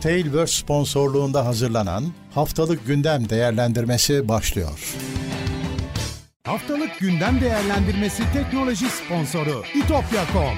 Tailverse sponsorluğunda hazırlanan Haftalık Gündem Değerlendirmesi başlıyor. Haftalık Gündem Değerlendirmesi teknoloji sponsoru itopya.com.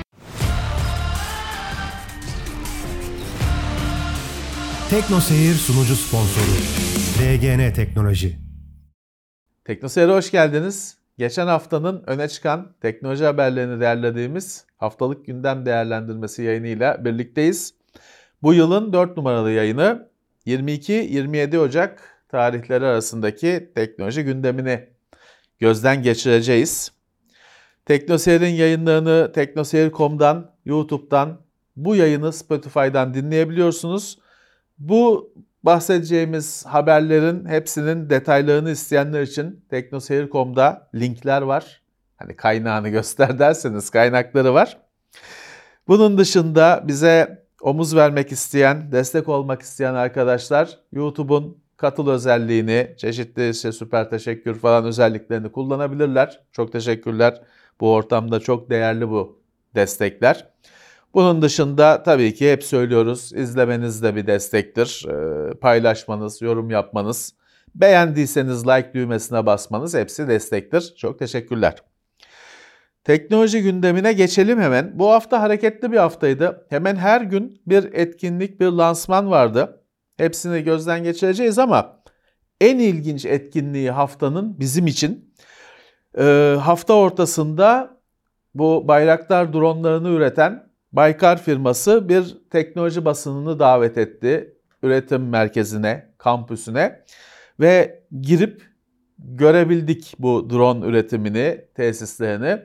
TeknoSeyir sunucu sponsoru DGN Teknoloji. TeknoSeyir'e hoş geldiniz. Geçen haftanın öne çıkan teknoloji haberlerini değerlediğimiz Haftalık Gündem Değerlendirmesi yayınıyla birlikteyiz. Bu yılın 4 numaralı yayını 22-27 Ocak tarihleri arasındaki teknoloji gündemini gözden geçireceğiz. TeknoSeyir'in yayınlarını teknoseyir.com'dan, YouTube'dan, bu yayını Spotify'dan dinleyebiliyorsunuz. Bu bahsedeceğimiz haberlerin hepsinin detaylarını isteyenler için teknoseyir.com'da linkler var. Hani kaynağını göster derseniz kaynakları var. Bunun dışında bize omuz vermek isteyen, destek olmak isteyen arkadaşlar YouTube'un katıl özelliğini, çeşitli süper teşekkür falan özelliklerini kullanabilirler. Çok teşekkürler. Bu ortamda çok değerli bu destekler. Bunun dışında tabii ki hep söylüyoruz, izlemeniz de bir destektir. Paylaşmanız, yorum yapmanız, beğendiyseniz like düğmesine basmanız hepsi destektir. Çok teşekkürler. Teknoloji gündemine geçelim hemen. Bu hafta hareketli bir haftaydı. Hemen her gün bir etkinlik, bir lansman vardı. Hepsini gözden geçireceğiz ama en ilginç etkinliği haftanın bizim için hafta ortasında bu Bayraktar dronlarını üreten Baykar firması bir teknoloji basınını davet etti üretim merkezine, kampüsüne ve girip görebildik bu drone üretimini, tesislerini.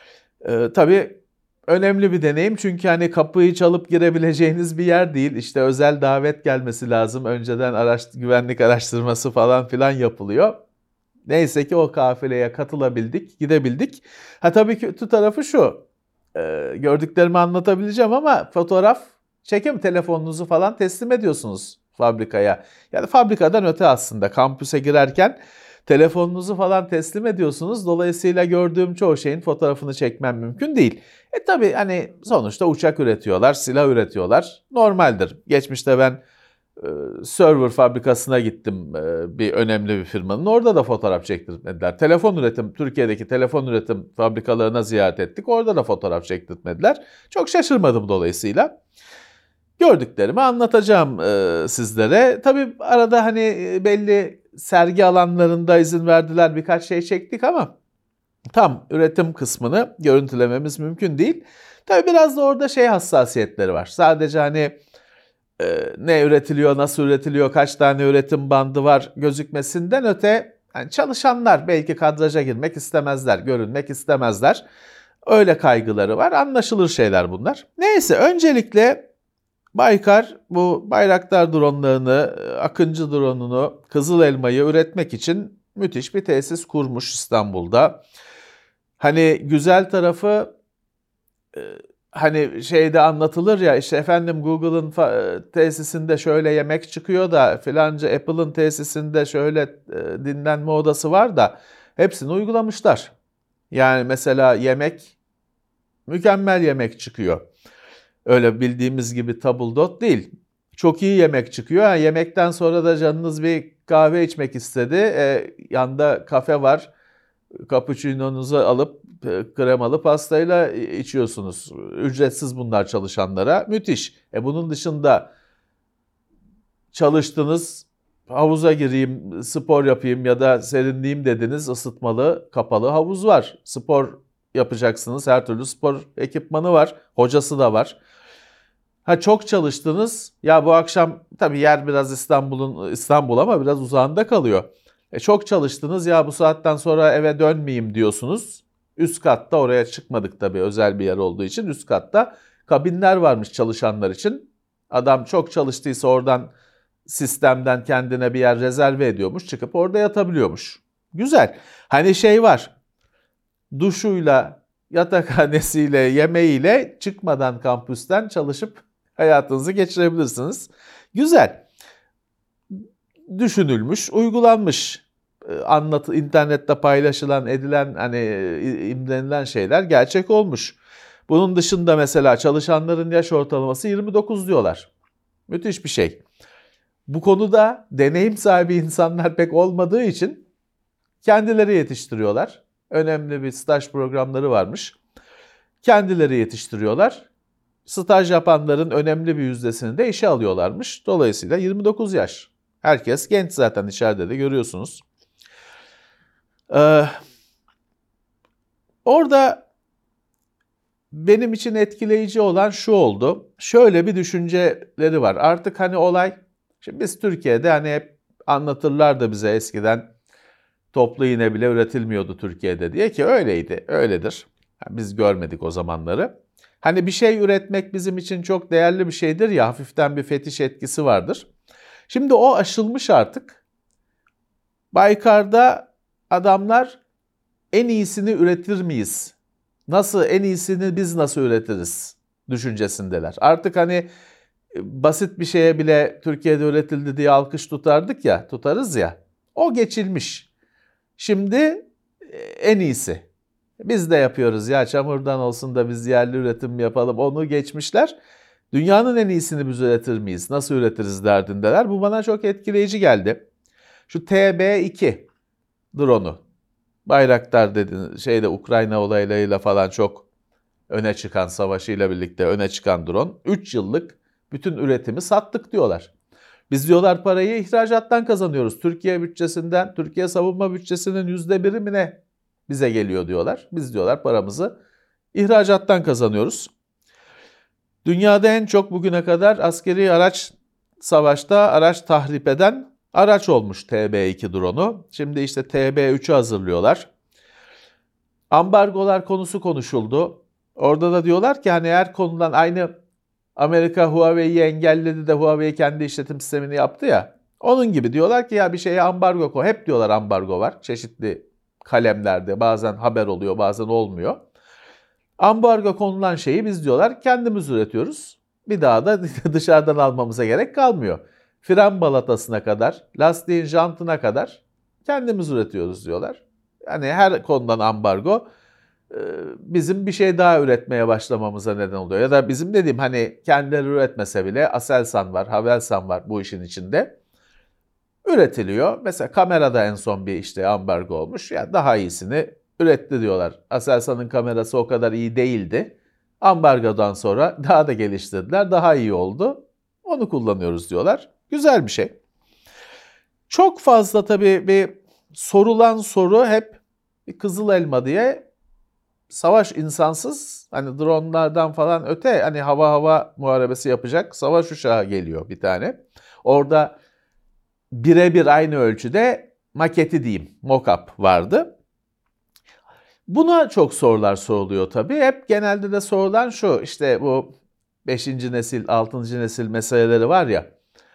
Tabii önemli bir deneyim çünkü hani kapıyı çalıp girebileceğiniz bir yer değil. İşte özel davet gelmesi lazım. Önceden güvenlik araştırması falan filan yapılıyor. Neyse ki o kafileye katılabildik, gidebildik. Tabii ki kötü tarafı şu. Gördüklerimi anlatabileceğim ama fotoğraf çekim telefonunuzu falan teslim ediyorsunuz fabrikaya. Yani fabrikadan öte aslında kampüse girerken telefonunuzu falan teslim ediyorsunuz. Dolayısıyla gördüğüm çoğu şeyin fotoğrafını çekmem mümkün değil. Tabii hani sonuçta uçak üretiyorlar, silah üretiyorlar. Normaldir. Geçmişte ben server fabrikasına gittim bir önemli bir firmanın. Orada da fotoğraf çektirmediler. Türkiye'deki telefon üretim fabrikalarına ziyaret ettik. Orada da fotoğraf çektirmediler. Çok şaşırmadım dolayısıyla. Gördüklerimi anlatacağım sizlere. Tabii arada hani belli sergi alanlarında izin verdiler, birkaç şey çektik ama tam üretim kısmını görüntülememiz mümkün değil. Tabii biraz da orada hassasiyetleri var. Sadece hani ne üretiliyor, nasıl üretiliyor, kaç tane üretim bandı var gözükmesinden öte yani çalışanlar belki kadraja girmek istemezler, görünmek istemezler. Öyle kaygıları var. Anlaşılır şeyler bunlar. Neyse öncelikle Baykar bu Bayraktar dronlarını, Akıncı dronunu, Kızıl Elma'yı üretmek için müthiş bir tesis kurmuş İstanbul'da. Hani güzel tarafı hani anlatılır ya işte efendim Google'ın tesisinde şöyle yemek çıkıyor da filanca Apple'ın tesisinde şöyle dinlenme odası var da hepsini uygulamışlar. Yani mesela mükemmel yemek çıkıyor. Öyle bildiğimiz gibi tabldot değil. Çok iyi yemek çıkıyor. Yemekten sonra da canınız bir kahve içmek istedi. Yanda kafe var. Cappuccino'nuzu alıp kremalı pastayla içiyorsunuz. Ücretsiz bunlar çalışanlara. Müthiş. Bunun dışında çalıştınız, havuza gireyim, spor yapayım ya da serinleyeyim dediniz. Isıtmalı, kapalı havuz var. Spor yapacaksınız. Her türlü spor ekipmanı var. Hocası da var. Çok çalıştınız. Ya bu akşam tabii yer biraz İstanbul ama biraz uzağında kalıyor. Çok çalıştınız ya bu saatten sonra eve dönmeyeyim diyorsunuz. Üst katta oraya çıkmadık tabii özel bir yer olduğu için üst katta kabinler varmış çalışanlar için. Adam çok çalıştıysa oradan sistemden kendine bir yer rezerve ediyormuş çıkıp orada yatabiliyormuş. Güzel. Hani var duşuyla yatakhanesiyle yemeğiyle çıkmadan kampüsten çalışıp hayatınızı geçirebilirsiniz. Güzel. Düşünülmüş, uygulanmış. İnternette paylaşılan, edilen imrenilen şeyler gerçek olmuş. Bunun dışında mesela çalışanların yaş ortalaması 29 diyorlar. Müthiş bir şey. bu konuda deneyim sahibi insanlar pek olmadığı için kendileri yetiştiriyorlar. Önemli bir staj programları varmış. Kendileri yetiştiriyorlar. Staj yapanların önemli bir yüzdesini de işe alıyorlarmış. Dolayısıyla 29 yaş. Herkes genç zaten, içeride de görüyorsunuz. Orada benim için etkileyici olan şu oldu. Şöyle bir düşünceleri var. Artık hani olay, şimdi biz Türkiye'de hani hep anlatırlar da bize eskiden toplu iğne bile üretilmiyordu Türkiye'de diye, ki öyleydi, öyledir. Yani biz görmedik o zamanları. Hani bir şey üretmek bizim için çok değerli bir şeydir ya, hafiften bir fetiş etkisi vardır. Şimdi o aşılmış artık. Baykar'da adamlar en iyisini üretir miyiz? Nasıl, en iyisini biz nasıl üretiriz düşüncesindeler. Artık hani basit bir şeye bile Türkiye'de üretildi diye alkış tutarız ya. O geçilmiş. Şimdi en iyisi. Biz de yapıyoruz ya, çamurdan olsun da biz yerli üretim yapalım. Onu geçmişler. Dünyanın en iyisini biz üretir miyiz? Nasıl üretiriz derdindeler. Bu bana çok etkileyici geldi. Şu TB2 drone'u. Bayraktar dedi, Ukrayna olaylarıyla falan çok öne çıkan, savaşıyla birlikte öne çıkan drone. 3 yıllık bütün üretimi sattık diyorlar. Biz diyorlar parayı ihracattan kazanıyoruz. Türkiye bütçesinden, Türkiye savunma bütçesinin %1'i mi ne bize geliyor diyorlar. Biz diyorlar paramızı ihracattan kazanıyoruz. Dünyada en çok bugüne kadar askeri araç, savaşta araç tahrip eden araç olmuş TB2 drone'u. Şimdi işte TB3'ü hazırlıyorlar. Ambargolar konusu konuşuldu. Orada da diyorlar ki hani her konudan, aynı Amerika Huawei'yi engelledi de Huawei kendi işletim sistemini yaptı ya. Onun gibi diyorlar ki ya bir şeye ambargo koy. Hep diyorlar ambargo var. Çeşitli kalemlerde bazen haber oluyor, bazen olmuyor. Ambargo konulan şeyi biz diyorlar kendimiz üretiyoruz. Bir daha da dışarıdan almamıza gerek kalmıyor. Fren balatasına kadar, lastiğin jantına kadar kendimiz üretiyoruz diyorlar. Yani her konudan ambargo bizim bir şey daha üretmeye başlamamıza neden oluyor. Ya da bizim dediğim, hani kendileri üretmese bile Aselsan var, Havelsan var bu işin içinde. Üretiliyor. Mesela kamerada en son bir işte ambargo olmuş. Ya daha iyisini üretti diyorlar. Aselsan'ın kamerası o kadar iyi değildi. Ambargodan sonra daha da geliştirdiler. Daha iyi oldu. Onu kullanıyoruz diyorlar. Güzel bir şey. Çok fazla tabii bir sorulan soru hep Kızıl Elma diye, savaş insansız, hani dronlardan falan öte, hani hava muharebesi yapacak savaş uçağı geliyor bir tane. Orada birebir aynı ölçüde maketi diyeyim, mock-up vardı. Buna çok sorular soruluyor tabii. Hep genelde de sorulan şu, işte bu 5. nesil, 6. nesil meseleleri var ya.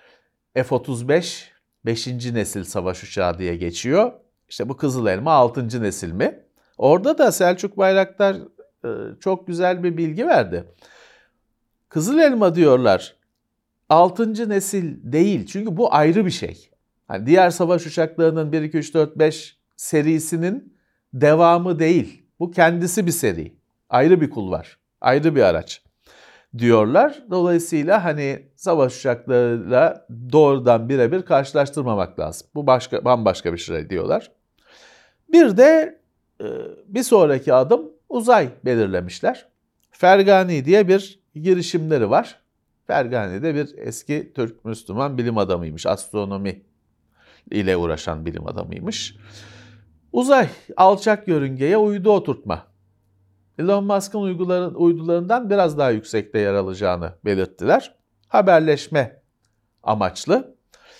F-35 5. nesil savaş uçağı diye geçiyor. İşte bu Kızıl Elma 6. nesil mi? Orada da Selçuk Bayraktar çok güzel bir bilgi verdi. Kızıl Elma diyorlar 6. nesil değil, çünkü bu ayrı bir şey. Yani diğer savaş uçaklarının 1, 2, 3, 4, 5 serisinin devamı değil. Bu kendisi bir seri. Ayrı bir kulvar, ayrı bir araç diyorlar. Dolayısıyla hani savaş uçaklarıyla doğrudan birebir karşılaştırmamak lazım. Bu bambaşka bir şey diyorlar. Bir de bir sonraki adım uzay belirlemişler. Fergani diye bir girişimleri var. Fergani de bir eski Türk Müslüman bilim adamıymış. Astronomi ile uğraşan bilim adamıymış. Uzay, alçak yörüngeye uydu oturtma. Elon Musk'ın uydularından biraz daha yüksekte yer alacağını belirttiler. Haberleşme amaçlı.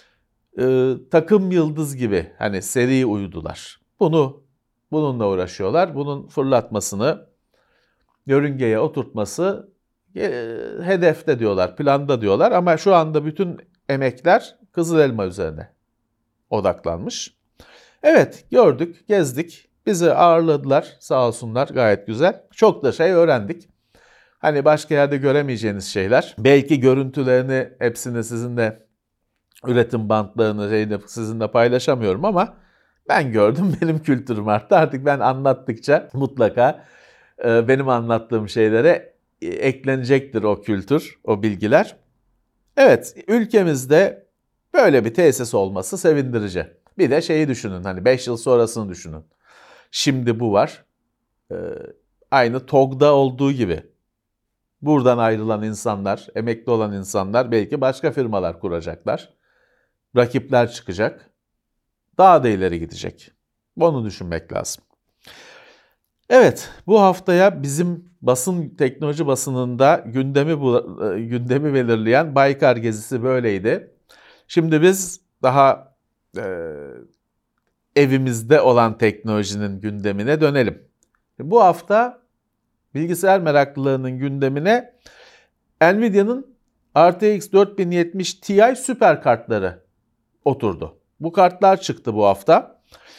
Takım yıldız gibi hani seri uydular. Bununla uğraşıyorlar. Bunun fırlatmasını, yörüngeye oturtması hedefte diyorlar, planda diyorlar. Ama şu anda bütün emekler Kızıl Elma üzerine odaklanmış. Evet, gördük, gezdik. Bizi ağırladılar, sağ olsunlar, gayet güzel. Çok da şey öğrendik. Hani başka yerde göremeyeceğiniz şeyler. Belki görüntülerini hepsini sizinle, üretim bantlarını sizinle paylaşamıyorum ama ben gördüm, benim kültürüm arttı. Artık ben anlattıkça mutlaka benim anlattığım şeylere eklenecektir o kültür, o bilgiler. Evet, ülkemizde Böyle bir tesis olması sevindirici. Bir de şeyi düşünün, hani 5 yıl sonrasını düşünün. Şimdi bu var. Aynı TOG'da olduğu gibi. Buradan ayrılan insanlar, emekli olan insanlar belki başka firmalar kuracaklar. Rakipler çıkacak. Daha da ileri gidecek. Bunu düşünmek lazım. Evet, bu haftaya bizim teknoloji basınında gündemi belirleyen Baykar gezisi böyleydi. Şimdi biz daha evimizde olan teknolojinin gündemine dönelim. Bu hafta bilgisayar meraklılarının gündemine Nvidia'nın RTX 4070 Ti süper kartları oturdu. Bu kartlar çıktı bu hafta.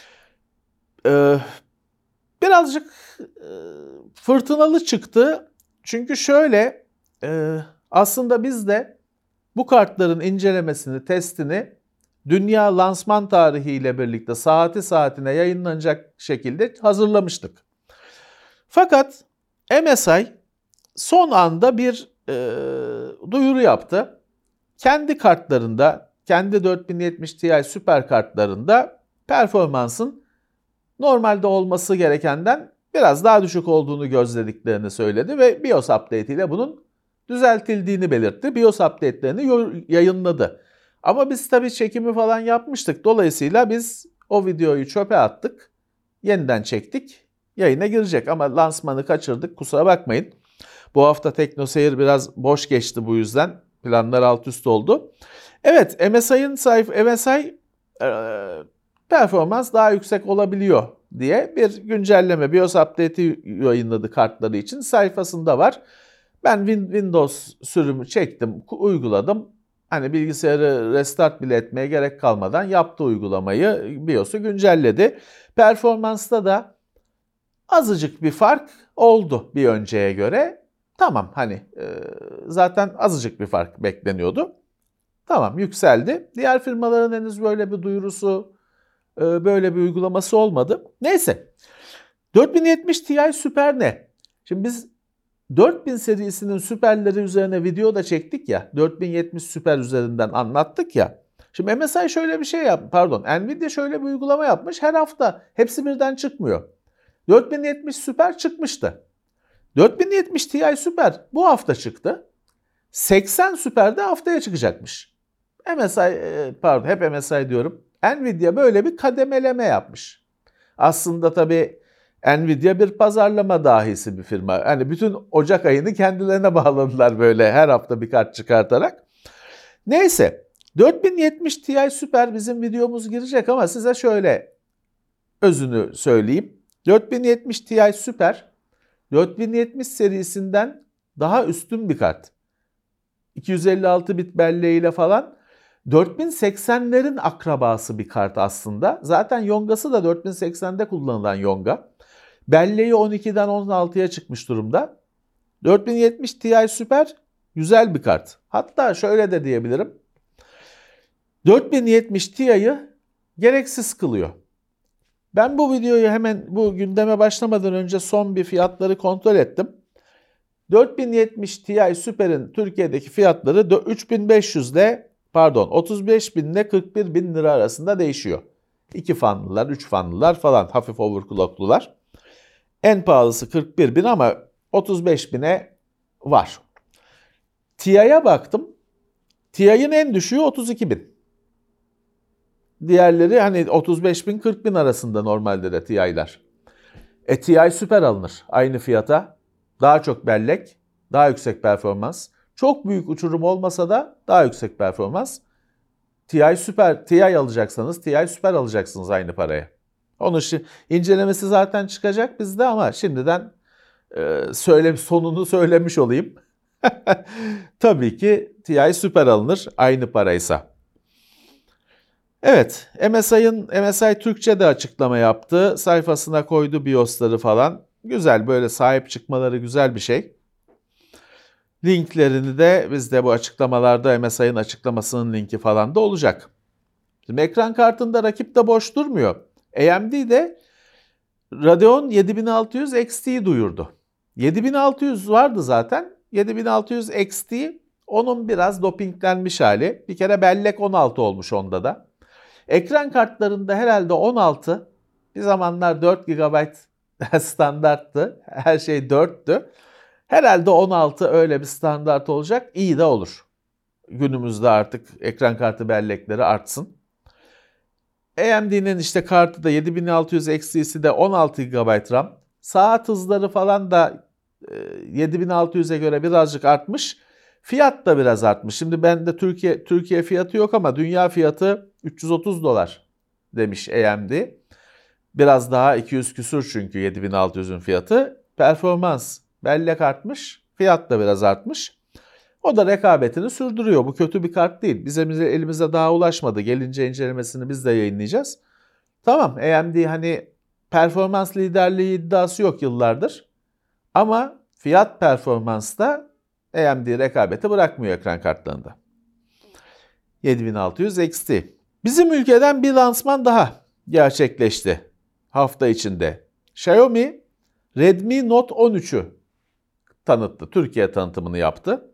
Birazcık fırtınalı çıktı. Çünkü şöyle, aslında biz de bu kartların incelemesini, testini dünya lansman tarihiyle birlikte saati saatine yayınlanacak şekilde hazırlamıştık. Fakat MSI son anda bir duyuru yaptı. Kendi kartlarında, kendi 4070 Ti süper kartlarında performansın normalde olması gerekenden biraz daha düşük olduğunu gözlediklerini söyledi ve BIOS update ile bunun düzeltildiğini belirtti. BIOS update'lerini yayınladı. Ama biz tabii çekimi falan yapmıştık. Dolayısıyla biz o videoyu çöpe attık. Yeniden çektik. Yayına girecek ama lansmanı kaçırdık. Kusura bakmayın. Bu hafta TeknoSeyir biraz boş geçti bu yüzden. Planlar alt üst oldu. Evet, MSI performans daha yüksek olabiliyor diye bir güncelleme, BIOS update'i yayınladı kartları için. Sayfasında var. Ben Windows sürümü çektim, uyguladım. Hani bilgisayarı restart bile etmeye gerek kalmadan yaptı uygulamayı, BIOS'u güncelledi. Performansta da azıcık bir fark oldu bir önceye göre. Tamam, hani zaten azıcık bir fark bekleniyordu. Tamam, yükseldi. Diğer firmaların henüz böyle bir duyurusu, böyle bir uygulaması olmadı. Neyse. 4070 Ti Super ne? Şimdi biz 4000 serisinin süperleri üzerine video da çektik ya. 4070 Super üzerinden anlattık ya. Şimdi MSI şöyle bir şey Nvidia şöyle bir uygulama yapmış. Her hafta hepsi birden çıkmıyor. 4070 Super çıkmıştı. 4070 Ti Super bu hafta çıktı. 80 Super de haftaya çıkacakmış. Hep MSI diyorum. Nvidia böyle bir kademeleme yapmış. Aslında tabii Nvidia bir pazarlama dahisi bir firma. Hani bütün Ocak ayını kendilerine bağladılar böyle her hafta bir kart çıkartarak. Neyse, 4070 Ti Super bizim videomuz girecek ama size şöyle özünü söyleyeyim. 4070 Ti Super 4070 serisinden daha üstün bir kart. 256 bit belleğiyle falan 4080'lerin akrabası bir kart aslında. Zaten yongası da 4080'de kullanılan yonga. Belleği 12'den 16'ya çıkmış durumda. 4070 Ti Super güzel bir kart. Hatta şöyle de diyebilirim. 4070 Ti'yi gereksiz kılıyor. Ben bu videoyu hemen bu gündeme başlamadan önce son bir fiyatları kontrol ettim. 4070 Ti Super'in Türkiye'deki fiyatları 35.000 ile 41.000 lira arasında değişiyor. 2 fanlılar, 3 fanlılar falan, hafif overclocklular. En pahalısı 41.000 ama 35.000'e var. Ti'ye baktım. Ti'nin en düşüğü 32.000. Diğerleri hani 35.000 40.000 arasında normalde de Ti'ler. Ti Super alınır aynı fiyata. Daha çok bellek, daha yüksek performans. Çok büyük uçurum olmasa da daha yüksek performans. Ti alacaksanız Ti Super alacaksınız aynı paraya. Onun incelemesi zaten çıkacak bizde ama şimdiden sonunu söylemiş olayım. Tabii ki Ti Super alınır aynı paraysa. Evet, MSI Türkçe de açıklama yaptı. Sayfasına koydu BIOS'ları falan. Güzel, böyle sahip çıkmaları güzel bir şey. Linklerini de bizde bu açıklamalarda MSI'nin açıklamasının linki falan da olacak. Şimdi ekran kartında rakip de boş durmuyor. AMD de Radeon 7600 XT'yi duyurdu. 7600 vardı zaten. 7600 XT Onun biraz dopinglenmiş hali. Bir kere bellek 16 olmuş onda da. Ekran kartlarında herhalde 16, bir zamanlar 4 GB standarttı. Her şey 4'tü. Herhalde 16 öyle bir standart olacak. İyi de olur. Günümüzde artık ekran kartı bellekleri artsın. AMD'nin işte kartı da 7600 XT'si de 16 GB RAM. Saat hızları falan da 7600'e göre birazcık artmış. Fiyat da biraz artmış. Şimdi ben de Türkiye fiyatı yok ama dünya fiyatı $330 demiş AMD. Biraz daha 200 küsur çünkü 7600'ün fiyatı. Performans bellek artmış, fiyat da biraz artmış. O da rekabetini sürdürüyor. Bu kötü bir kart değil. Bizim elimize daha ulaşmadı. Gelince incelemesini biz de yayınlayacağız. Tamam, AMD hani performans liderliği iddiası yok yıllardır. Ama fiyat performansta AMD rekabeti bırakmıyor ekran kartlarında. 7600 XT. Bizim ülkeden bir lansman daha gerçekleşti hafta içinde. Xiaomi Redmi Note 13'ü tanıttı. Türkiye tanıtımını yaptı.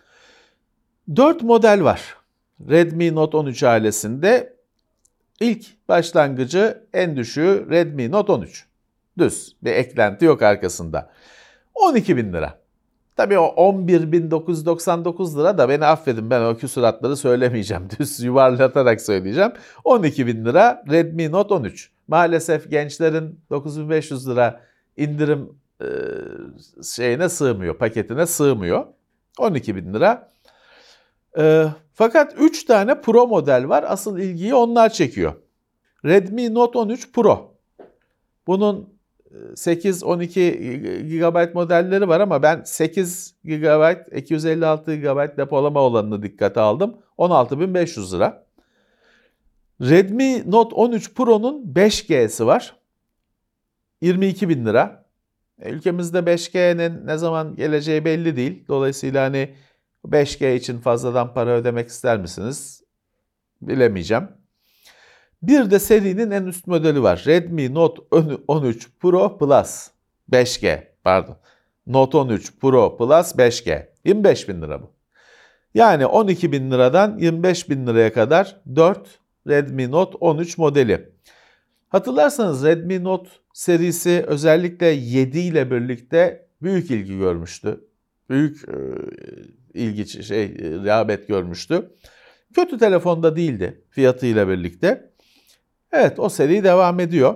4 model var. Redmi Note 13 ailesinde ilk başlangıcı en düşüğü Redmi Note 13. Düz bir eklenti yok arkasında. 12.000 lira. Tabii o 11.999 lira da beni affedin, ben o küsuratları söylemeyeceğim. Düz yuvarlatarak söyleyeceğim. 12.000 lira Redmi Note 13. Maalesef gençlerin 9.500 lira indirim şeyine sığmıyor, paketine sığmıyor. 12.000 lira. Fakat 3 tane Pro model var. Asıl ilgiyi onlar çekiyor. Redmi Note 13 Pro. Bunun 8-12 GB modelleri var ama ben 8 GB, 256 GB depolama olanını dikkate aldım. 16.500 lira. Redmi Note 13 Pro'nun 5G'si var. 22.000 lira. Ülkemizde 5G'nin ne zaman geleceği belli değil. Dolayısıyla hani 5G için fazladan para ödemek ister misiniz? Bilemeyeceğim. Bir de serinin en üst modeli var. Redmi Note 13 Pro Plus 5G. Pardon. Note 13 Pro Plus 5G. 25.000 lira bu. Yani 12.000 liradan 25.000 liraya kadar 4 Redmi Note 13 modeli. Hatırlarsanız Redmi Note serisi özellikle 7 ile birlikte büyük ilgi görmüştü. Büyük rağbet görmüştü. Kötü telefonda değildi fiyatıyla birlikte. Evet, o seri devam ediyor.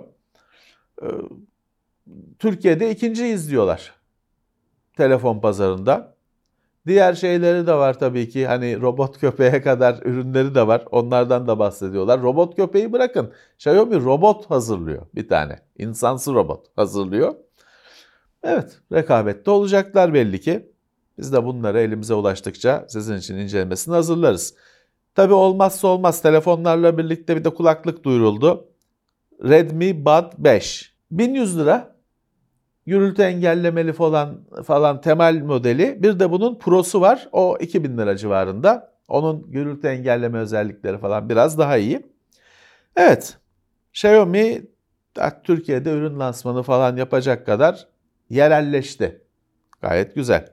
Türkiye'de ikinciyiz diyorlar telefon pazarında. Diğer şeyleri de var tabii ki. Hani robot köpeğe kadar ürünleri de var. Onlardan da bahsediyorlar. Robot köpeği bırakın. Xiaomi robot hazırlıyor bir tane. İnsansı robot hazırlıyor. Evet, rekabette olacaklar belli ki. Biz de bunları elimize ulaştıkça sizin için incelemesini hazırlarız. Tabii olmazsa olmaz telefonlarla birlikte bir de kulaklık duyuruldu. Redmi Buds 5. 1100 lira. Gürültü engellemeli falan temel modeli. Bir de bunun Pro'su var. O 2000 lira civarında. Onun gürültü engelleme özellikleri falan biraz daha iyi. Evet. Xiaomi Türkiye'de ürün lansmanı falan yapacak kadar yerelleşti. Gayet güzel.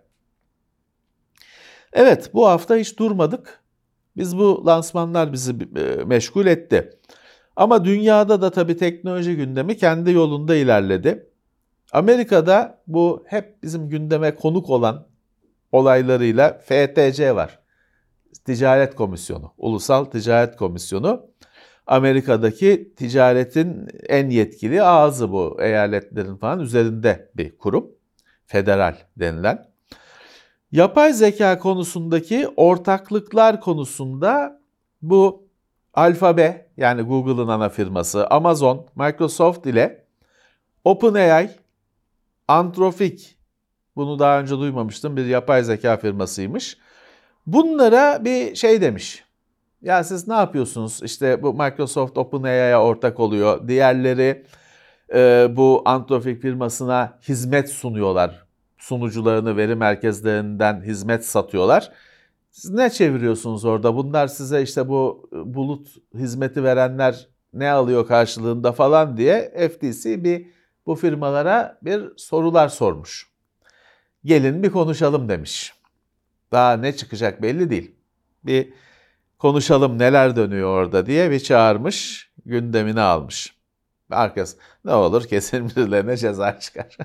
Evet, bu hafta hiç durmadık. Bu lansmanlar bizi meşgul etti. Ama dünyada da tabii teknoloji gündemi kendi yolunda ilerledi. Amerika'da bu hep bizim gündeme konuk olan olaylarıyla FTC var. Ticaret Komisyonu, Ulusal Ticaret Komisyonu. Amerika'daki ticaretin en yetkili ağzı, bu eyaletlerin falan üzerinde bir kurum. Federal denilen. Yapay zeka konusundaki ortaklıklar konusunda bu Alphabet, yani Google'ın ana firması, Amazon, Microsoft ile OpenAI, Anthropic, bunu daha önce duymamıştım, bir yapay zeka firmasıymış. Bunlara bir şey demiş. Ya siz ne yapıyorsunuz? İşte bu Microsoft OpenAI'ya ortak oluyor. Diğerleri bu Anthropic firmasına hizmet sunuyorlar. Sunucularını veri merkezlerinden hizmet satıyorlar. Siz ne çeviriyorsunuz orada? Bunlar size işte bu bulut hizmeti verenler ne alıyor karşılığında falan diye FTC bu firmalara bir sorular sormuş. Gelin bir konuşalım demiş. Daha ne çıkacak belli değil. Bir konuşalım neler dönüyor orada diye bir çağırmış, gündemine almış. Arkası ne olur kesin birilerine ceza çıkar.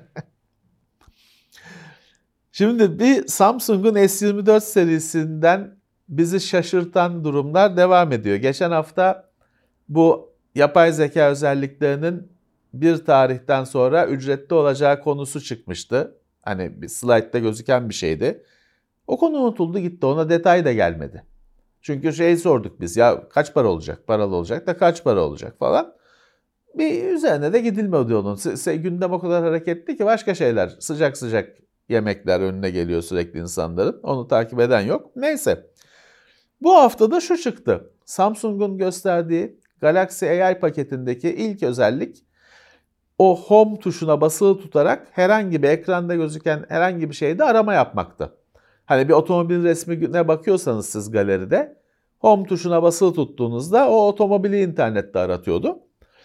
Şimdi bir Samsung'un S24 serisinden bizi şaşırtan durumlar devam ediyor. Geçen hafta bu yapay zeka özelliklerinin bir tarihten sonra ücretli olacağı konusu çıkmıştı. Hani bir slaytta gözüken bir şeydi. O konu unutuldu gitti, ona detay da gelmedi. Çünkü sorduk biz, ya kaç para olacak, paralı olacak da kaç para olacak falan. Bir üzerine de gidilmedi onun. Gündem o kadar hareketli ki başka şeyler, sıcak sıcak yemekler önüne geliyor sürekli insanların. Onu takip eden yok. Neyse. Bu hafta da şu çıktı. Samsung'un gösterdiği Galaxy AI paketindeki ilk özellik, o home tuşuna basılı tutarak herhangi bir ekranda gözüken herhangi bir şeyde arama yapmaktı. Hani bir otomobil resmine bakıyorsanız siz galeride, home tuşuna basılı tuttuğunuzda o otomobili internette aratıyordu.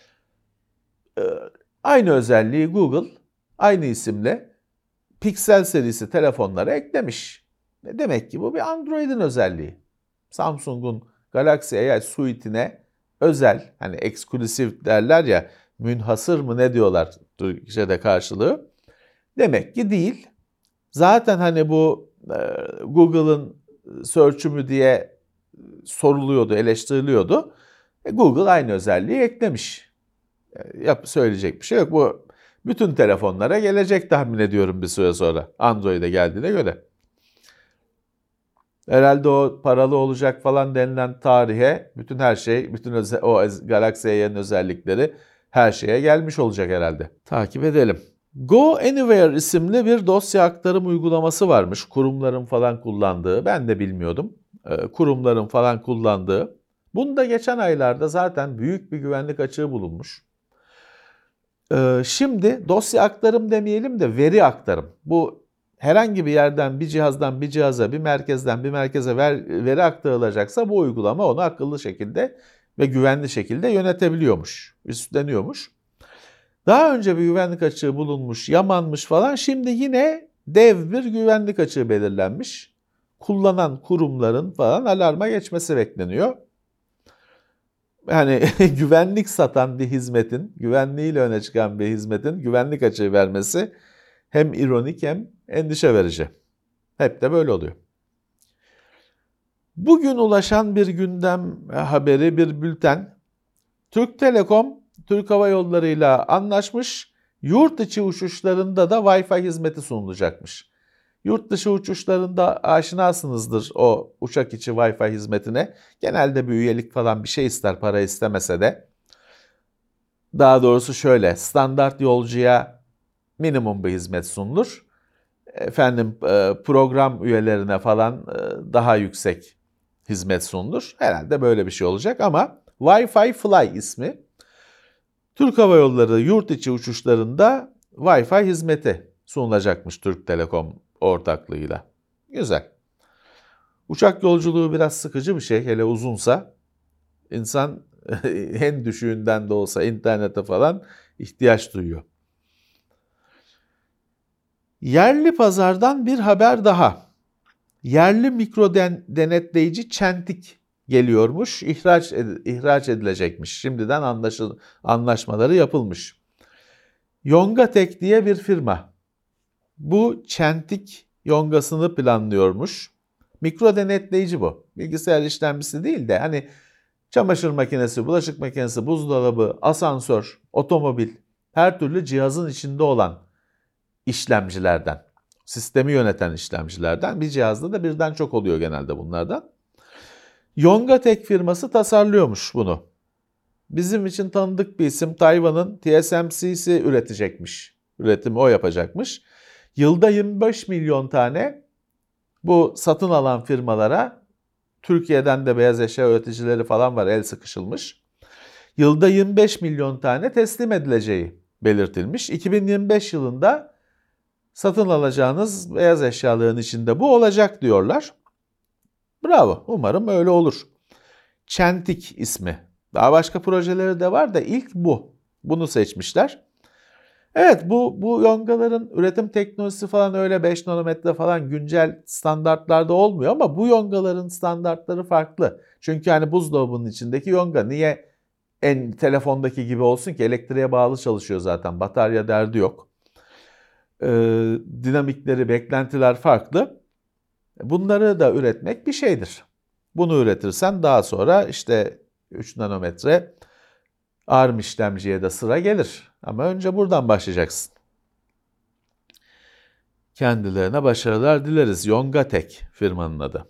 Aynı özelliği Google aynı isimle Pixel serisi telefonlara eklemiş. Demek ki bu bir Android'in özelliği. Samsung'un Galaxy AI suite'ine özel, hani eksklusif derler ya, münhasır mı ne diyorlar Türkçe'de karşılığı. Demek ki değil. Zaten hani bu Google'ın search'ü mü diye soruluyordu, eleştiriliyordu. Google aynı özelliği eklemiş. Söyleyecek bir şey yok. Bu bütün telefonlara gelecek tahmin ediyorum bir süre sonra. Android'e geldiğine göre. Herhalde o paralı olacak falan denilen tarihe bütün her şey, bütün o Galaxy A'nın özellikleri her şeye gelmiş olacak herhalde. Takip edelim. Go Anywhere isimli bir dosya aktarım uygulaması varmış. Kurumların falan kullandığı. Ben de bilmiyordum. Kurumların falan kullandığı. Bunda geçen aylarda zaten büyük bir güvenlik açığı bulunmuş. Şimdi dosya aktarım demeyelim de veri aktarım. Bu herhangi bir yerden, bir cihazdan bir cihaza, bir merkezden bir merkeze veri aktarılacaksa bu uygulama onu akıllı şekilde ve güvenli şekilde yönetebiliyormuş, üstleniyormuş. Daha önce bir güvenlik açığı bulunmuş, yamanmış falan. Şimdi yine dev bir güvenlik açığı belirlenmiş. Kullanan kurumların falan alarma geçmesi bekleniyor. Yani güvenlik satan bir hizmetin, güvenliğiyle öne çıkan bir hizmetin güvenlik açığı vermesi hem ironik hem endişe verici. Hep de böyle oluyor. Bugün ulaşan bir gündem haberi, bir bülten. Türk Telekom, Türk Hava Yolları'yla anlaşmış, yurt içi uçuşlarında da Wi-Fi hizmeti sunulacakmış. Yurt dışı uçuşlarında aşinasınızdır o uçak içi Wi-Fi hizmetine. Genelde bir üyelik falan bir şey ister, para istemese de. Daha doğrusu şöyle, standart yolcuya minimum bir hizmet sunulur. Program üyelerine falan daha yüksek hizmet sunulur. Herhalde böyle bir şey olacak ama Wi-Fi Fly ismi. Türk Hava Yolları yurt içi uçuşlarında Wi-Fi hizmeti sunulacakmış Türk Telekom ortaklığıyla. Güzel. Uçak yolculuğu biraz sıkıcı bir şey, hele uzunsa. İnsan en düşüğünden de olsa internete falan ihtiyaç duyuyor. Yerli pazardan bir haber daha. Yerli mikro denetleyici Çentik geliyormuş, ihraç edilecekmiş. Şimdiden anlaşmaları yapılmış. Yongatek diye bir firma bu Çentik yongasını planlıyormuş. Mikro denetleyici bu. Bilgisayar işlemcisi değil de hani çamaşır makinesi, bulaşık makinesi, buzdolabı, asansör, otomobil, her türlü cihazın içinde olan işlemcilerden, sistemi yöneten işlemcilerden. Bir cihazda da birden çok oluyor genelde bunlardan. Yongatek firması tasarlıyormuş bunu. Bizim için tanıdık bir isim, Tayvan'ın TSMC'si üretecekmiş. Üretimi o yapacakmış. Yılda 25 milyon tane bu satın alan firmalara, Türkiye'den de beyaz eşya üreticileri falan var, el sıkışılmış. Yılda 25 milyon tane teslim edileceği belirtilmiş. 2025 yılında satın alacağınız beyaz eşyaların içinde bu olacak diyorlar. Bravo, umarım öyle olur. Çentik ismi. Daha başka projeleri de var da ilk bu. Bunu seçmişler. Evet, bu yongaların üretim teknolojisi falan öyle 5 nanometre falan güncel standartlarda olmuyor ama bu yongaların standartları farklı. Çünkü hani buzdolabının içindeki yonga niye telefondaki gibi olsun ki, elektriğe bağlı çalışıyor zaten, batarya derdi yok. Dinamikleri, beklentiler farklı. Bunları da üretmek bir şeydir. Bunu üretirsen daha sonra işte 3 nanometre ARM işlemciye de sıra gelir. Ama önce buradan başlayacaksın. Kendilerine başarılar dileriz. Yongatek firmanın adı.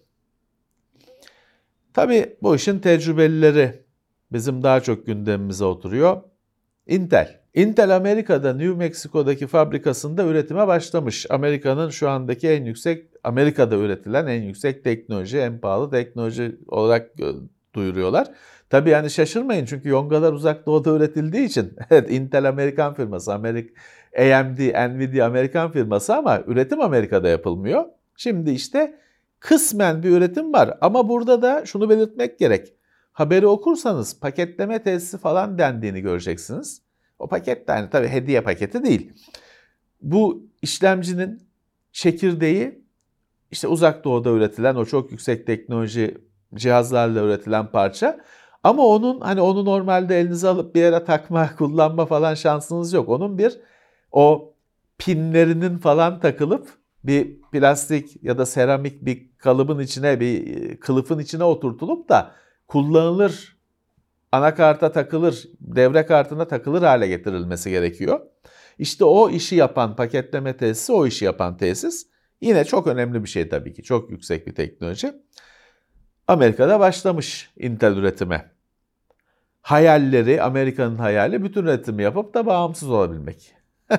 Tabii bu işin tecrübelileri bizim daha çok gündemimize oturuyor. Intel. Intel Amerika'da New Mexico'daki fabrikasında üretime başlamış. Amerika'nın şu andaki Amerika'da üretilen en yüksek teknoloji, en pahalı teknoloji olarak duyuruyorlar. Tabii yani şaşırmayın çünkü yongalar uzak doğuda üretildiği için. Evet, Intel Amerikan firması, AMD, Nvidia Amerikan firması ama üretim Amerika'da yapılmıyor. Şimdi işte kısmen bir üretim var ama burada da şunu belirtmek gerek. Haberi okursanız paketleme tesisi falan dendiğini göreceksiniz. O paket de yani tabii hediye paketi değil. Bu işlemcinin çekirdeği işte uzak doğuda üretilen o çok yüksek teknoloji cihazlarla üretilen parça. Ama onu normalde elinize alıp bir yere takma, kullanma falan şansınız yok. Onun o pinlerinin falan takılıp bir plastik ya da seramik bir kalıbın içine, bir kılıfın içine oturtulup da kullanılır, anakarta takılır, devre kartına takılır hale getirilmesi gerekiyor. İşte o işi yapan paketleme tesisi, o işi yapan tesis yine çok önemli bir şey tabii ki. Çok yüksek bir teknoloji. Amerika'da başlamış Intel üretime. Amerika'nın hayali bütün üretimi yapıp da bağımsız olabilmek.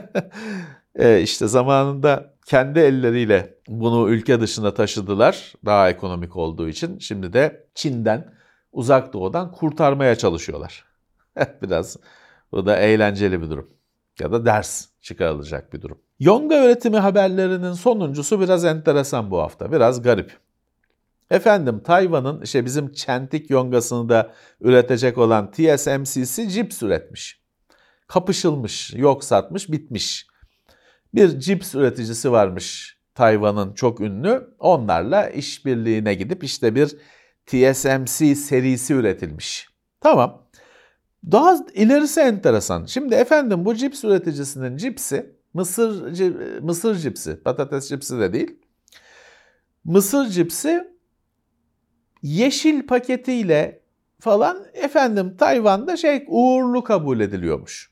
İşte zamanında kendi elleriyle bunu ülke dışına taşıdılar daha ekonomik olduğu için. Şimdi de Çin'den, uzak doğudan kurtarmaya çalışıyorlar. Biraz bu da eğlenceli bir durum ya da ders çıkarılacak bir durum. Yonga üretimi haberlerinin sonuncusu biraz enteresan bu hafta, biraz garip. Efendim Tayvan'ın işte bizim çentik yongasını da üretecek olan TSMC'si cips üretmiş. Kapışılmış, yok satmış, bitmiş. Bir cips üreticisi varmış Tayvan'ın çok ünlü. Onlarla işbirliğine gidip işte bir TSMC serisi üretilmiş. Tamam. Daha ilerisi enteresan. Şimdi efendim bu cips üreticisinin cipsi mısır cipsi, patates cipsi de değil. Mısır cipsi yeşil paketiyle falan efendim Tayvan'da uğurlu kabul ediliyormuş.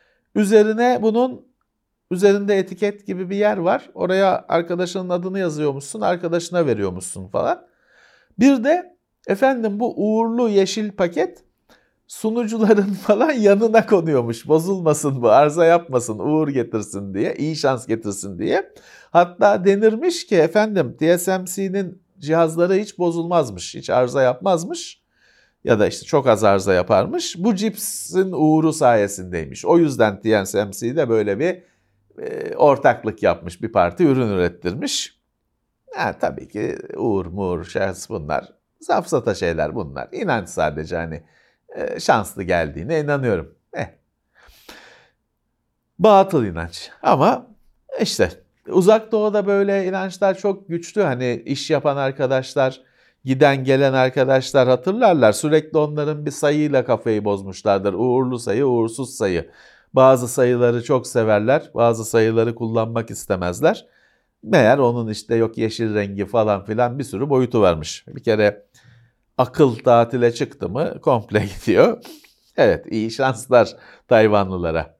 Üzerinde etiket gibi bir yer var. Oraya arkadaşının adını yazıyormuşsun, arkadaşına veriyormuşsun falan. Bir de efendim bu uğurlu yeşil paket sunucuların falan yanına konuyormuş. Bozulmasın bu, arıza yapmasın, uğur getirsin diye, iyi şans getirsin diye. Hatta denirmiş ki efendim TSMC'nin cihazları hiç bozulmazmış, hiç arıza yapmazmış. Ya da işte çok az arıza yaparmış. Bu cipsin uğuru sayesindeymiş. O yüzden TSMC de böyle bir ortaklık yapmış, bir parti ürün ürettirmiş. Tabii ki uğur, şans bunlar. Safsata şeyler bunlar. İnanç sadece şanslı geldiğine inanıyorum. Batıl inanç. Ama işte uzak doğuda böyle inançlar çok güçlü. İş yapan arkadaşlar, giden gelen arkadaşlar hatırlarlar. Sürekli onların bir sayıyla kafayı bozmuşlardır. Uğurlu sayı, uğursuz sayı. Bazı sayıları çok severler, bazı sayıları kullanmak istemezler. Meğer onun işte yok yeşil rengi falan filan bir sürü boyutu varmış. Bir kere akıl tatile çıktı mı komple gidiyor. Evet, iyi şanslar Tayvanlılara.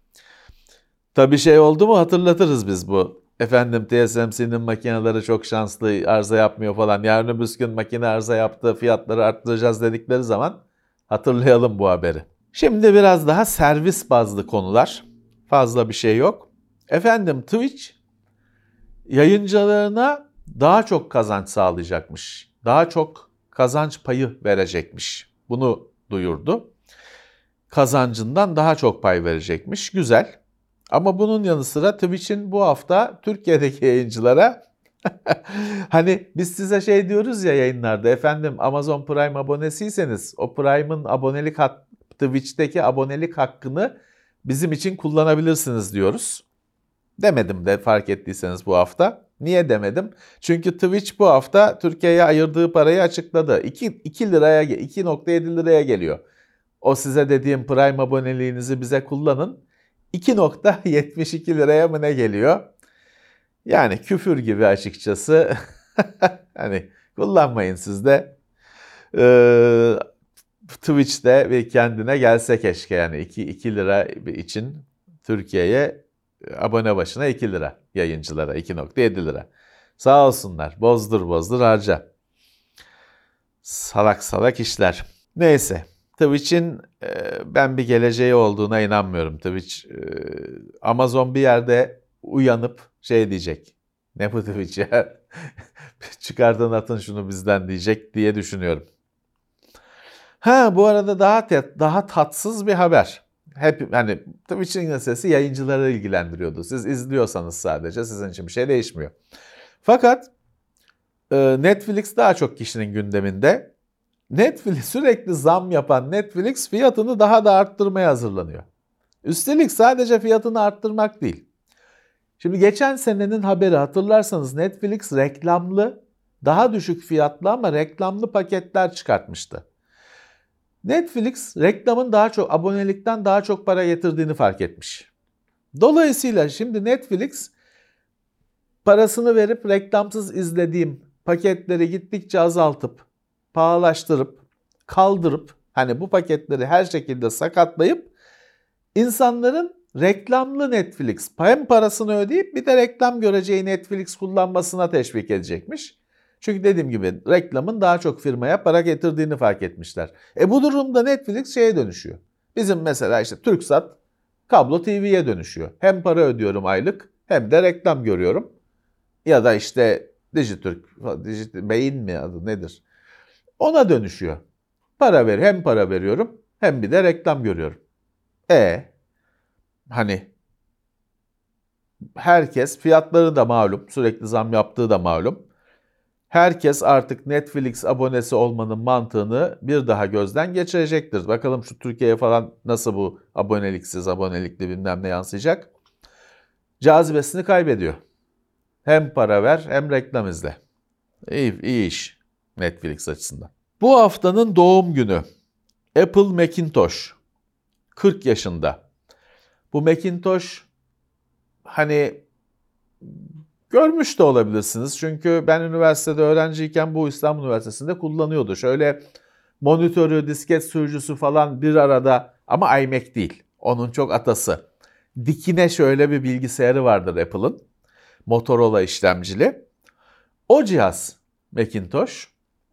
Tabii oldu mu hatırlatırız biz bu. Efendim TSMC'nin makineleri çok şanslı, arıza yapmıyor falan. Yarın öbür gün makine arıza yaptı, fiyatları arttıracağız dedikleri zaman hatırlayalım bu haberi. Şimdi biraz daha servis bazlı konular. Fazla bir şey yok. Efendim Twitch yayıncılarına daha çok kazanç sağlayacakmış. Daha çok kazanç payı verecekmiş. Bunu duyurdu. Kazancından daha çok pay verecekmiş. Güzel. Ama bunun yanı sıra Twitch'in bu hafta Türkiye'deki yayıncılara biz size diyoruz ya yayınlarda, efendim Amazon Prime abonesiyseniz o Prime'ın Twitch'teki abonelik hakkını bizim için kullanabilirsiniz diyoruz. Demedim de fark ettiyseniz bu hafta. Niye demedim? Çünkü Twitch bu hafta Türkiye'ye ayırdığı parayı açıkladı. 2 liraya, 2.7 liraya geliyor. O size dediğim Prime aboneliğinizi bize kullanın. 2.72 liraya mı ne geliyor? Yani küfür gibi açıkçası. Hani kullanmayın siz de. Twitch'te ve kendine gelse keşke, yani 2 lira için Türkiye'ye abone başına 2 lira, yayıncılara 2.7 lira. Sağ olsunlar, bozdur harca. Salak salak işler. Neyse, Twitch'in ben bir geleceği olduğuna inanmıyorum. Twitch, Amazon bir yerde uyanıp şey diyecek. Ne bu Twitch ya? Çıkartın atın şunu bizden diyecek diye düşünüyorum. Bu arada daha tatsız bir haber. Hep hani Twitch'in meselesi yayıncıları ilgilendiriyordu. Siz izliyorsanız sadece sizin için bir şey değişmiyor. Fakat Netflix daha çok kişinin gündeminde. Netflix, sürekli zam yapan Netflix fiyatını daha da arttırmaya hazırlanıyor. Üstelik sadece fiyatını arttırmak değil. Şimdi geçen senenin haberi, hatırlarsanız Netflix reklamlı, daha düşük fiyatlı ama reklamlı paketler çıkartmıştı. Netflix reklamın daha çok, abonelikten daha çok para getirdiğini fark etmiş. Dolayısıyla şimdi Netflix parasını verip reklamsız izlediğim paketleri gittikçe azaltıp, pahalaştırıp, kaldırıp, hani bu paketleri her şekilde sakatlayıp insanların reklamlı Netflix, hem parasını ödeyip bir de reklam göreceği Netflix kullanmasına teşvik edecekmiş. Çünkü dediğim gibi reklamın daha çok firmaya para getirdiğini fark etmişler. Bu durumda Netflix şeye dönüşüyor. Bizim mesela işte Turkcell kablo TV'ye dönüşüyor. Hem para ödüyorum aylık hem de reklam görüyorum. Ya da işte Dijitürk, Beyin mi adı nedir? Ona dönüşüyor. Hem para veriyorum hem bir de reklam görüyorum. Hani herkes, fiyatları da malum, sürekli zam yaptığı da malum. Herkes artık Netflix abonesi olmanın mantığını bir daha gözden geçirecektir. Bakalım şu Türkiye'ye falan nasıl bu aboneliksiz, abonelikli bilmem ne yansıyacak. Cazibesini kaybediyor. Hem para ver hem reklam izle. İyi iş Netflix açısından. Bu haftanın doğum günü Apple Macintosh. 40 yaşında. Bu Macintosh hani görmüş de olabilirsiniz. Çünkü ben üniversitede öğrenciyken bu İstanbul Üniversitesi'nde kullanıyordu. Şöyle monitörü, disket sürücüsü falan bir arada, ama iMac değil. Onun çok atası. Dikine şöyle bir bilgisayarı vardır Apple'ın. Motorola işlemcili. O cihaz Macintosh.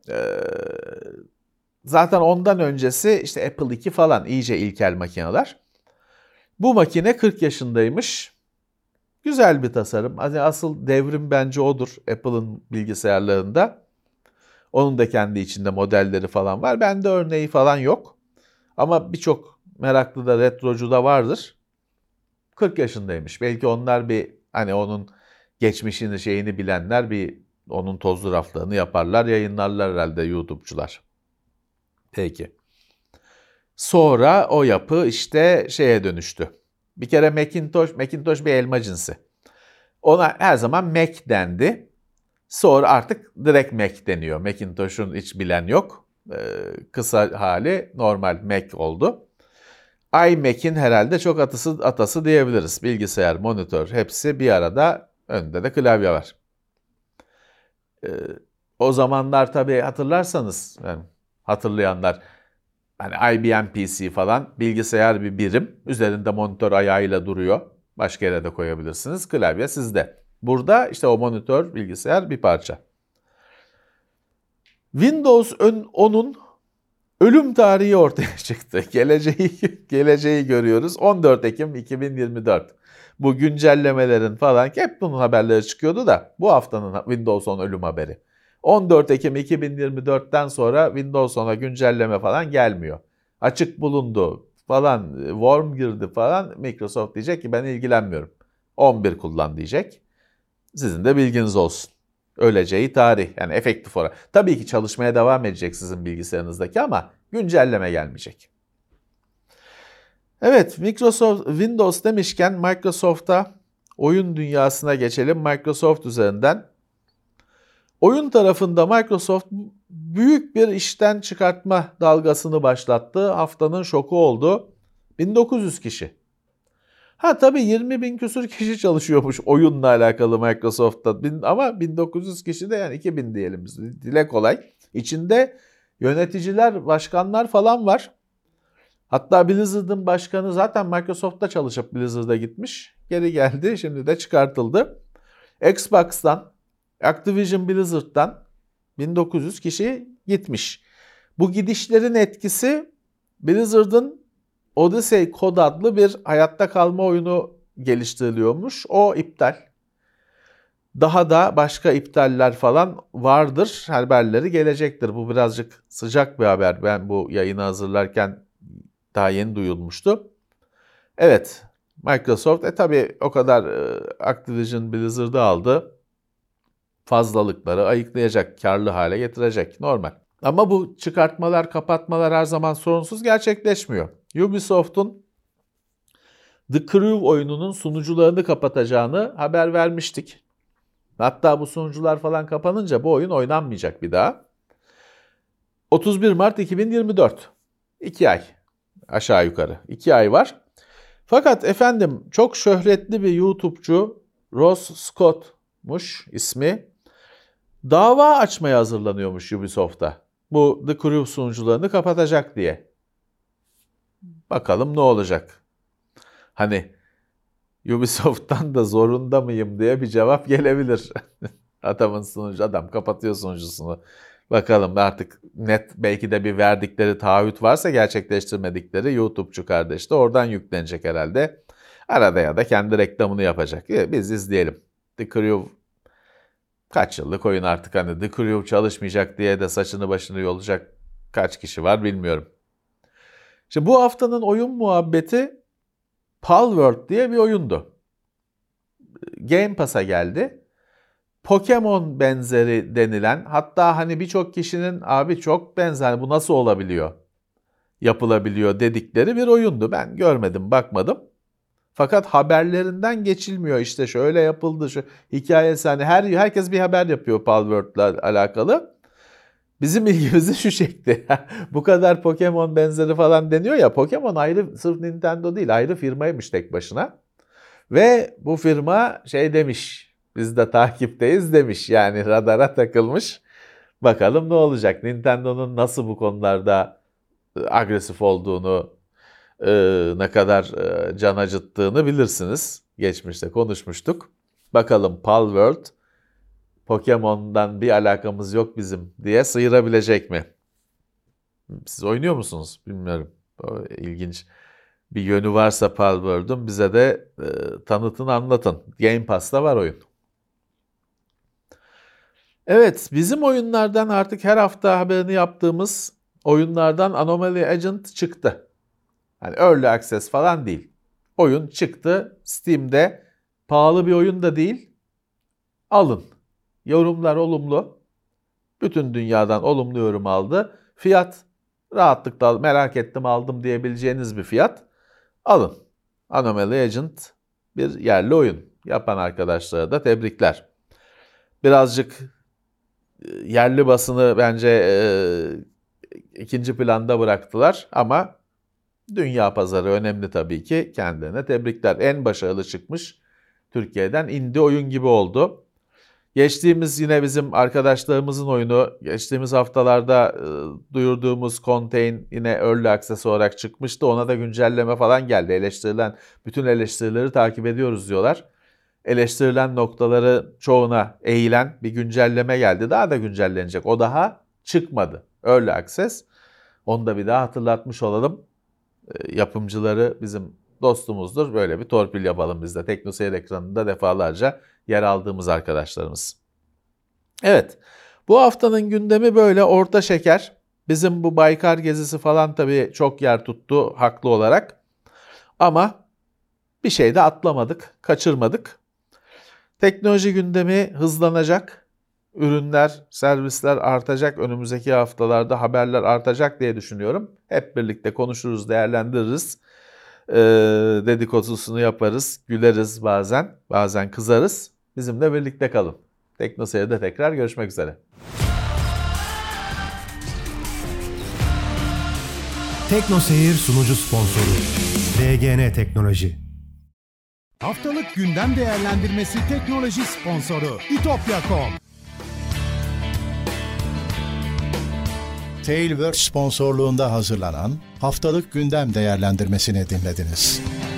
Zaten ondan öncesi işte Apple II falan, iyice ilkel makineler. Bu makine 40 yaşındaymış. Güzel bir tasarım. Hani asıl devrim bence odur Apple'ın bilgisayarlarında. Onun da kendi içinde modelleri falan var. Bende örneği falan yok. Ama birçok meraklı da retrocu da vardır. 40 yaşındaymış. Belki onlar bir hani onun geçmişini şeyini bilenler bir onun tozlu raflarını yaparlar, yayınlarlar herhalde YouTube'cular. Peki. Sonra o yapı işte şeye dönüştü. Bir kere Macintosh bir elma cinsi. Ona her zaman Mac dendi. Sonra artık direkt Mac deniyor. Macintosh'un hiç bilen yok. Kısa hali normal Mac oldu. iMac'in herhalde çok atası diyebiliriz. Bilgisayar, monitör hepsi bir arada, önünde de klavye var. O zamanlar tabii hatırlarsanız, yani hatırlayanlar, hani IBM PC falan, bilgisayar bir birim, üzerinde monitör ayağıyla duruyor. Başka yere de koyabilirsiniz. Klavye sizde. Burada işte o monitör, bilgisayar bir parça. Windows 10'un ölüm tarihi ortaya çıktı. Geleceği görüyoruz. 14 Ekim 2024. Bu güncellemelerin falan hep bunun haberleri çıkıyordu da bu haftanın Windows 10 ölüm haberi. 14 Ekim 2024'ten sonra Windows 10'a güncelleme falan gelmiyor. Açık bulundu falan, worm girdi falan, Microsoft diyecek ki ben ilgilenmiyorum. 11 kullan diyecek. Sizin de bilginiz olsun. Öleceği tarih, yani efektif olarak. Tabii ki çalışmaya devam edecek sizin bilgisayarınızdaki ama güncelleme gelmeyecek. Evet, Microsoft Windows demişken Microsoft'a, oyun dünyasına geçelim Microsoft üzerinden. Oyun tarafında Microsoft büyük bir işten çıkartma dalgasını başlattı. Haftanın şoku oldu. 1900 kişi. Ha tabii 20 bin küsur kişi çalışıyormuş oyunla alakalı Microsoft'ta. Ama 1900 kişi de yani 2000 diyelim biz. Dile kolay. İçinde yöneticiler, başkanlar falan var. Hatta Blizzard'ın başkanı zaten Microsoft'ta çalışıp Blizzard'a gitmiş. Geri geldi, şimdi de çıkartıldı. Xbox'tan, Activision Blizzard'dan 1900 kişi gitmiş. Bu gidişlerin etkisi Blizzard'ın Odyssey Code adlı bir hayatta kalma oyunu geliştiriliyormuş. O iptal. Daha da başka iptaller falan vardır. Haberleri gelecektir. Bu birazcık sıcak bir haber. Ben bu yayını hazırlarken daha yeni duyulmuştu. Evet, Microsoft tabii o kadar Activision Blizzard'ı aldı. Fazlalıkları ayıklayacak, karlı hale getirecek. Normal. Ama bu çıkartmalar, kapatmalar her zaman sorunsuz gerçekleşmiyor. Ubisoft'un The Crew oyununun sunucularını kapatacağını haber vermiştik. Hatta bu sunucular falan kapanınca bu oyun oynanmayacak bir daha. 31 Mart 2024. 2 ay aşağı yukarı. 2 ay var. Fakat efendim çok şöhretli bir YouTube'cu Ross Scott'muş ismi. Dava açmaya hazırlanıyormuş Ubisoft'a. Bu The Crew sunucularını kapatacak diye. Bakalım ne olacak? Hani Ubisoft'tan da zorunda mıyım diye bir cevap gelebilir. Adam kapatıyor sunucusunu. Bakalım artık net belki de bir verdikleri taahhüt varsa gerçekleştirmedikleri YouTube'cu kardeş de oradan yüklenecek herhalde. Arada ya da kendi reklamını yapacak. Biz izleyelim. The Crew kaç yıllık oyun artık, hani The Crew çalışmayacak diye de saçını başını yolacak kaç kişi var bilmiyorum. Şimdi bu haftanın oyun muhabbeti Palworld diye bir oyundu. Game Pass'a geldi. Pokemon benzeri denilen, hatta hani birçok kişinin abi çok benzer bu nasıl olabiliyor, yapılabiliyor dedikleri bir oyundu. Ben görmedim, bakmadım. Fakat haberlerinden geçilmiyor, işte şöyle yapıldı, şu hikayesi, hani herkes bir haber yapıyor Palworld'la alakalı. Bizim ilgimizi şu çekti. Bu kadar Pokemon benzeri falan deniyor ya, Pokemon ayrı, sırf Nintendo değil, ayrı firmaymış tek başına. Ve bu firma şey demiş, biz de takipteyiz demiş, yani radara takılmış. Bakalım ne olacak, Nintendo'nun nasıl bu konularda agresif olduğunu, ne kadar can acıttığını bilirsiniz. Geçmişte konuşmuştuk. Bakalım Palworld, Pokemon'dan bir alakamız yok bizim diye sıyırabilecek mi? Siz oynuyor musunuz? Bilmiyorum. İlginç bir yönü varsa Palworld'un bize de tanıtın, anlatın. Game Pass'ta var oyun. Evet, bizim oyunlardan artık her hafta haberini yaptığımız oyunlardan Anomaly Agent çıktı. Hani Early Access falan değil. Oyun çıktı. Steam'de pahalı bir oyun da değil. Alın. Yorumlar olumlu. Bütün dünyadan olumlu yorum aldı. Fiyat rahatlıkla merak ettim aldım diyebileceğiniz bir fiyat. Alın. Anomaly Agent bir yerli oyun. Yapan arkadaşlara da tebrikler. Birazcık yerli basını bence ikinci planda bıraktılar ama dünya pazarı önemli tabii ki. Kendilerine tebrikler. En başarılı çıkmış Türkiye'den indie oyun gibi oldu. Geçtiğimiz yine bizim arkadaşlarımızın oyunu, geçtiğimiz haftalarda duyurduğumuz Contain yine Early Access olarak çıkmıştı. Ona da güncelleme falan geldi. Bütün eleştirileri takip ediyoruz diyorlar. Eleştirilen noktaları çoğuna eğilen bir güncelleme geldi. Daha da güncellenecek. O daha çıkmadı. Early Access. Onu da bir daha hatırlatmış olalım. Yapımcıları bizim dostumuzdur. Böyle bir torpil yapalım biz de. TeknoSeyir ekranında defalarca yer aldığımız arkadaşlarımız. Evet, bu haftanın gündemi böyle orta şeker. Bizim bu Baykar gezisi falan tabii çok yer tuttu haklı olarak. Ama bir şey de atlamadık, kaçırmadık. Teknoloji gündemi hızlanacak. Ürünler, servisler artacak. Önümüzdeki haftalarda haberler artacak diye düşünüyorum. Hep birlikte konuşuruz, değerlendiririz. dedikodusunu yaparız, güleriz bazen, bazen kızarız. Bizimle birlikte kalın. TeknoSeyir'de tekrar görüşmek üzere. TeknoSeyir sunucu sponsoru DGN Teknoloji. Haftalık gündem değerlendirmesi teknoloji sponsoru itopya.com. Tailwords sponsorluğunda hazırlanan haftalık gündem değerlendirmesini dinlediniz.